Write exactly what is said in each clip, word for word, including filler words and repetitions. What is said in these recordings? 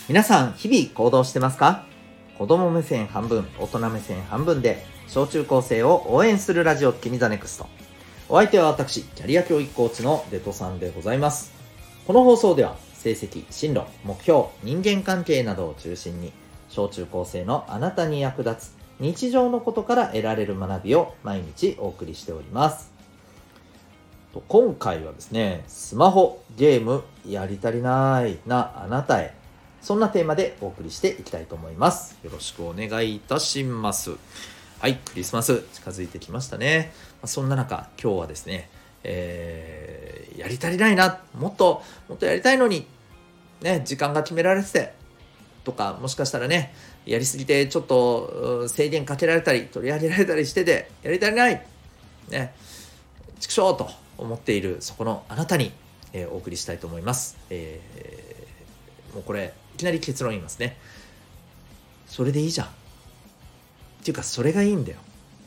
皆さん日々行動してますか？子供目線半分、大人目線半分で小中高生を応援するラジオ君ザネクスト。お相手は私、キャリア教育コーチのデトさんでございます。この放送では成績、進路、目標、人間関係などを中心に小中高生のあなたに役立つ日常のことから得られる学びを毎日お送りしております。今回はですね、スマホ、ゲーム、やり足りないなあなたへ、そんなテーマでお送りしていきたいと思います。よろしくお願いいたします。はい、クリスマス近づいてきましたね。そんな中、今日はですね、えー、やり足りないな、もっともっとやりたいのにね、時間が決められててとか、もしかしたらね、やりすぎてちょっと制限かけられたり取り上げられたりしてて、やり足りないね、畜生と思っているそこのあなたに、えー、お送りしたいと思います。えー、もうこれいきなり結論言いますね。それでいいじゃんっていうか、それがいいんだよ。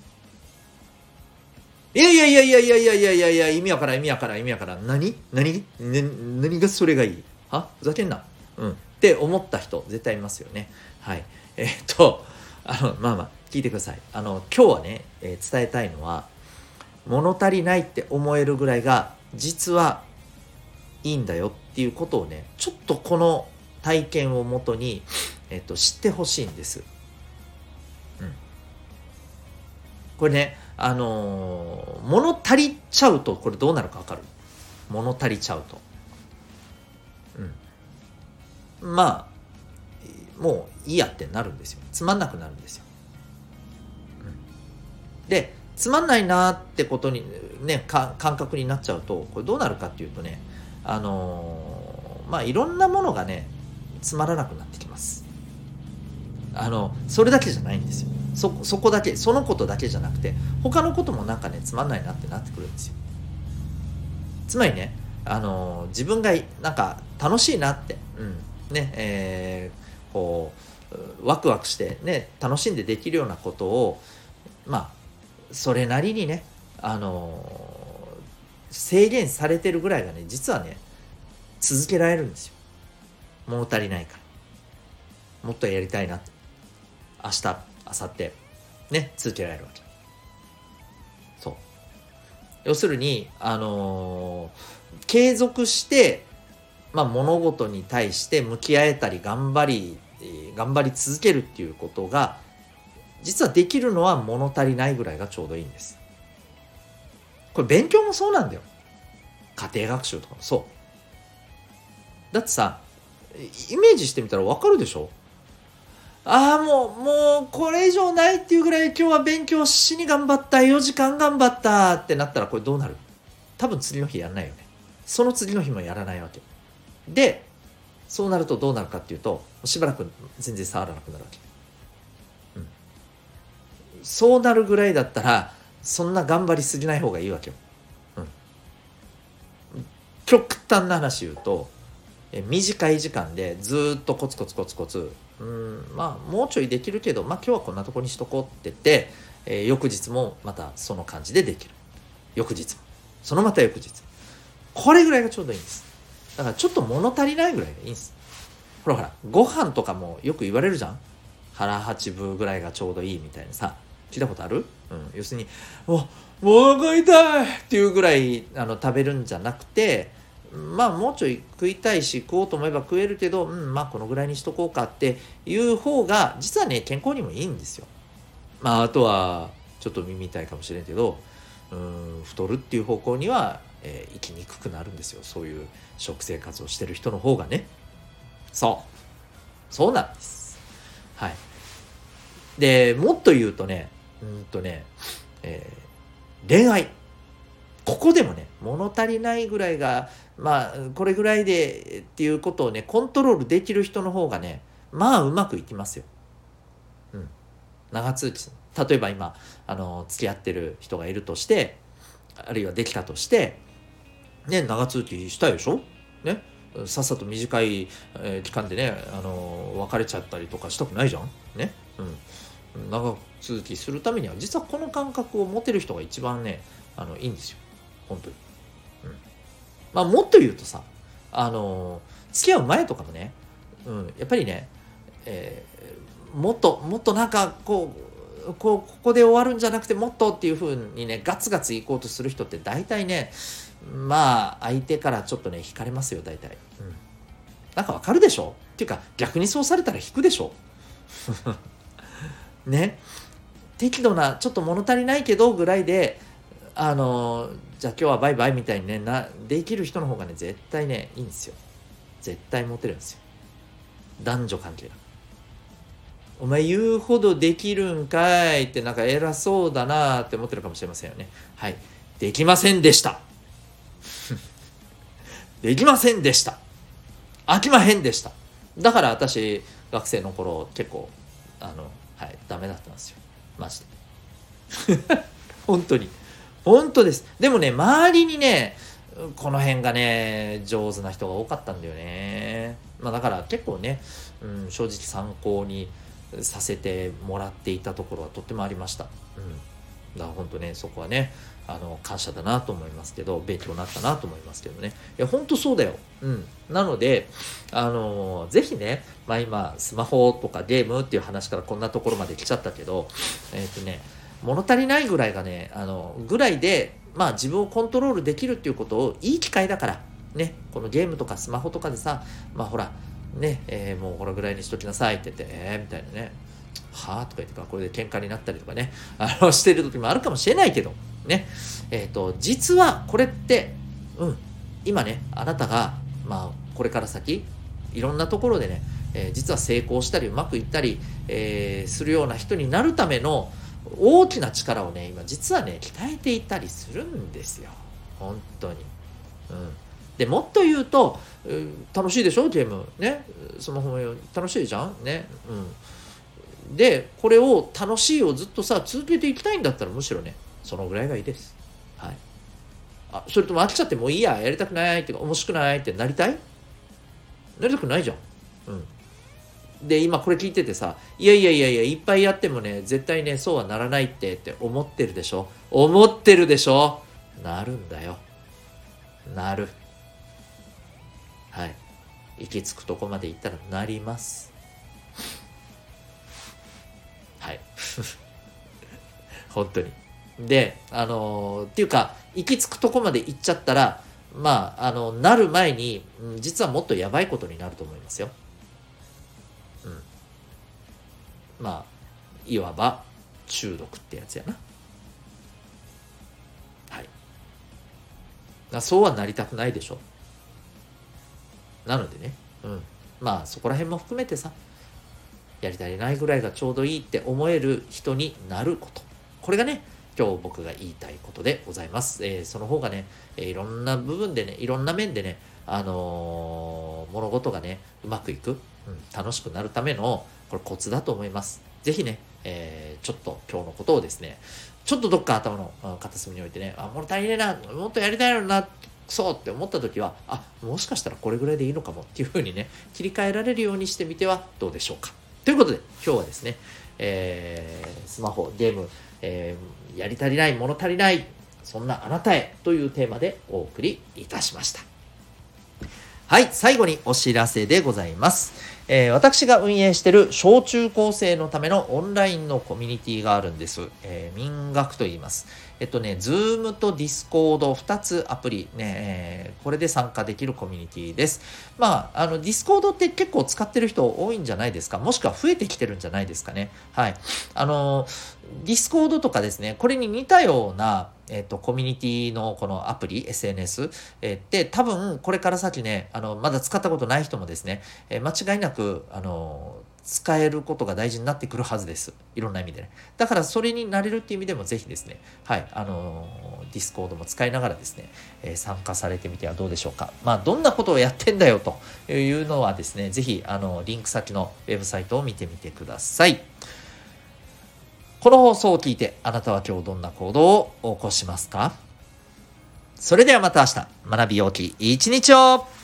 いやいやいやいやいやいやいやいやいや、意味わからん意味わからん意味わからん。何何、ね、何がそれがいい、はふざけんな、うんって思った人絶対いますよね。はい。えー、っとあのまあまあ聞いてください。あの今日はね、えー、伝えたいのは、物足りないって思えるぐらいが実はいいんだよっていうことをね、ちょっとこの体験をもとに、えっと、知ってほしいんです。うん。これね、あのー、物足りちゃうとこれどうなるかわかる？物足りちゃうと。うん。まあ、もういいやってなるんですよ。つまんなくなるんですよ。うん。で、つまんないなってことにね、感覚になっちゃうと、これどうなるかっていうとね、あのー、まあいろんなものがね、つまらなくなってきます。あのそれだけじゃないんですよ。そそこだけ、そのことだけじゃなくて、他のこともなんかね、つまんないなってなってくるんですよ。つまりね、あの自分がなんか楽しいなって、うんね、えー、こうワクワクしてね、楽しんでできるようなことを、まあそれなりにね、あの制限されてるぐらいがね、実はね、続けられるんですよ。物足りないから、もっとやりたいなって、明日、明後日ね、続けられるわけ。そう。要するに、あのー、継続して、まあ、物事に対して向き合えたり、頑張り、えー、頑張り続けるっていうことが、実はできるのは物足りないぐらいがちょうどいいんです。これ勉強もそうなんだよ。家庭学習とかもそう。だってさ、イメージしてみたらわかるでしょ？ああ、もう、もう、これ以上ないっていうぐらい今日は勉強しに頑張った、よじかん頑張ったってなったら、これどうなる？多分次の日やらないよね。その次の日もやらないわけ。で、そうなるとどうなるかっていうと、しばらく全然触らなくなるわけ。うん。そうなるぐらいだったら、そんな頑張りすぎない方がいいわけよ。うん。極端な話言うと、え短い時間でずっとコツコツコツコツ、うん、まあもうちょいできるけど、まあ今日はこんなとこにしとこうって言って、えー、翌日もまたその感じでできる。翌日もそのまた翌日、これぐらいがちょうどいいんです。だからちょっと物足りないぐらいがいいんです。ほらほら、ご飯とかもよく言われるじゃん。腹八分ぐらいがちょうどいいみたいなさ、聞いたことある？うん、要するに、お、もうお腹痛いっていうぐらいあの食べるんじゃなくて、まあもうちょい食いたいし、食おうと思えば食えるけど、うん、まあこのぐらいにしとこうかっていう方が実はね、健康にもいいんですよ。まああとはちょっと耳痛いかもしれんけど、うーん、太るっていう方向には、えー、生きにくくなるんですよ。そういう食生活をしてる人の方がね。そうそうなんです。はい。でもっと言うとね、うんとね、えー、恋愛、ここでもね、物足りないぐらいが、まあ、これぐらいでっていうことをね、コントロールできる人の方がね、まあ、うまくいきますよ。うん。長続きする。例えば今、あの、付き合ってる人がいるとして、あるいはできたとして、ね、長続きしたいでしょ？ね。さっさと短い、えー期間でね、あの、別れちゃったりとかしたくないじゃん？ね。うん。長続きするためには、実はこの感覚を持てる人が一番ね、あの、いいんですよ。本当に。うん。まあもっと言うとさ、あの付き合う前とかもね、 うん、やっぱりね、えー、もっともっとなんかこうこうここで終わるんじゃなくてもっとっていう風にねガツガツいこうとする人って大体ね、まあ相手からちょっとね引かれますよ大体、うん、なんかわかるでしょっていうか逆にそうされたら引くでしょね、適度なちょっと物足りないけどぐらいであのじゃあ今日はバイバイみたいにねなできる人の方がね絶対ねいいんですよ。絶対モテるんですよ。男女関係なく。お前言うほどできるんかいってなんか偉そうだなって思ってるかもしれませんよね。はい。できませんでした。できませんでした。飽きまへんでした。だから私学生の頃結構あのはいダメだったんですよ。マジで。本当に。本当です。でもね周りにねこの辺がね上手な人が多かったんだよね。まあだから結構ね、うん、正直参考にさせてもらっていたところはとってもありました。うん、だから本当ねそこはねあの感謝だなと思いますけど勉強になったなと思いますけどね。いや本当そうだよ。うん、なのであのぜひね、まあ今スマホとかゲームっていう話からこんなところまで来ちゃったけど、えっとね物足りないぐらいがねあのぐらいでまあ自分をコントロールできるっていうことをいい機会だからね、このゲームとかスマホとかでさまあほらね、えー、もうこれぐらいにしときなさいって言ってえーみたいなねはあとか言ってこれで喧嘩になったりとかねあのしてる時もあるかもしれないけどねえっ、ー、と実はこれってうん今ねあなたがまあこれから先いろんなところでね、えー、実は成功したりうまくいったり、えー、するような人になるための大きな力をね今実はね鍛えていたりするんですよ本当に、うん、でもっと言うと、うん、楽しいでしょゲームねスマホも楽しいじゃんね、うん、でこれを楽しいをずっとさ続けていきたいんだったらむしろねそのぐらいがいいです。はい。あそれとも飽きちゃってもういいややりたくないって面白くないってなりたいなりたくないじゃん。うんで今これ聞いててさいやいやいやいやいっぱいやってもね絶対ねそうはならないってって思ってるでしょ思ってるでしょなるんだよなるはい行き着くとこまで行ったらなりますはい本当にであのー、っていうか行き着くとこまで行っちゃったらまああのなる前に実はもっとやばいことになると思いますよ。まあいわば中毒ってやつやな。はいそうはなりたくないでしょ。なのでねうんまあそこら辺も含めてさやり足りないぐらいがちょうどいいって思える人になることこれがね今日僕が言いたいことでございます。えー、その方がね、えー、いろんな部分でねいろんな面でねあのー、物事がねうまくいく、うん、楽しくなるためのこれコツだと思います。ぜひね、えー、ちょっと今日のことをですね、ちょっとどっか頭の片隅に置いてね、あ、物足りねえな、もっとやりたいのにな、そうって思った時は、あ、もしかしたらこれぐらいでいいのかもっていう風にね、切り替えられるようにしてみてはどうでしょうか。ということで、今日はですね、えー、スマホ、ゲーム、えー、やり足りない、物足りない、そんなあなたへというテーマでお送りいたしました。はい、最後にお知らせでございます。えー、私が運営している小中高生のためのオンラインのコミュニティがあるんです。えー、民学と言います。えっとね、Zoom と Discord ふたつアプリね、えー、これで参加できるコミュニティです。まあ、あの Discord って結構使ってる人多いんじゃないですか。もしくは増えてきてるんじゃないですかね。はい。あの、Discord とかですね、これに似たようなえっと、コミュニティのこのアプリ、エスエヌエス、えー、で、多分これから先ね、あの、まだ使ったことない人もですね、えー、間違いなく、あの、使えることが大事になってくるはずです。いろんな意味でね。だからそれになれるっていう意味でもぜひですね、はい、あの、ディスコードも使いながらですね、えー、参加されてみてはどうでしょうか。まあ、どんなことをやってんだよというのはですね、ぜひ、あの、リンク先のウェブサイトを見てみてください。この放送を聞いてあなたは今日どんな行動を起こしますか？それではまた明日学びようき一日を。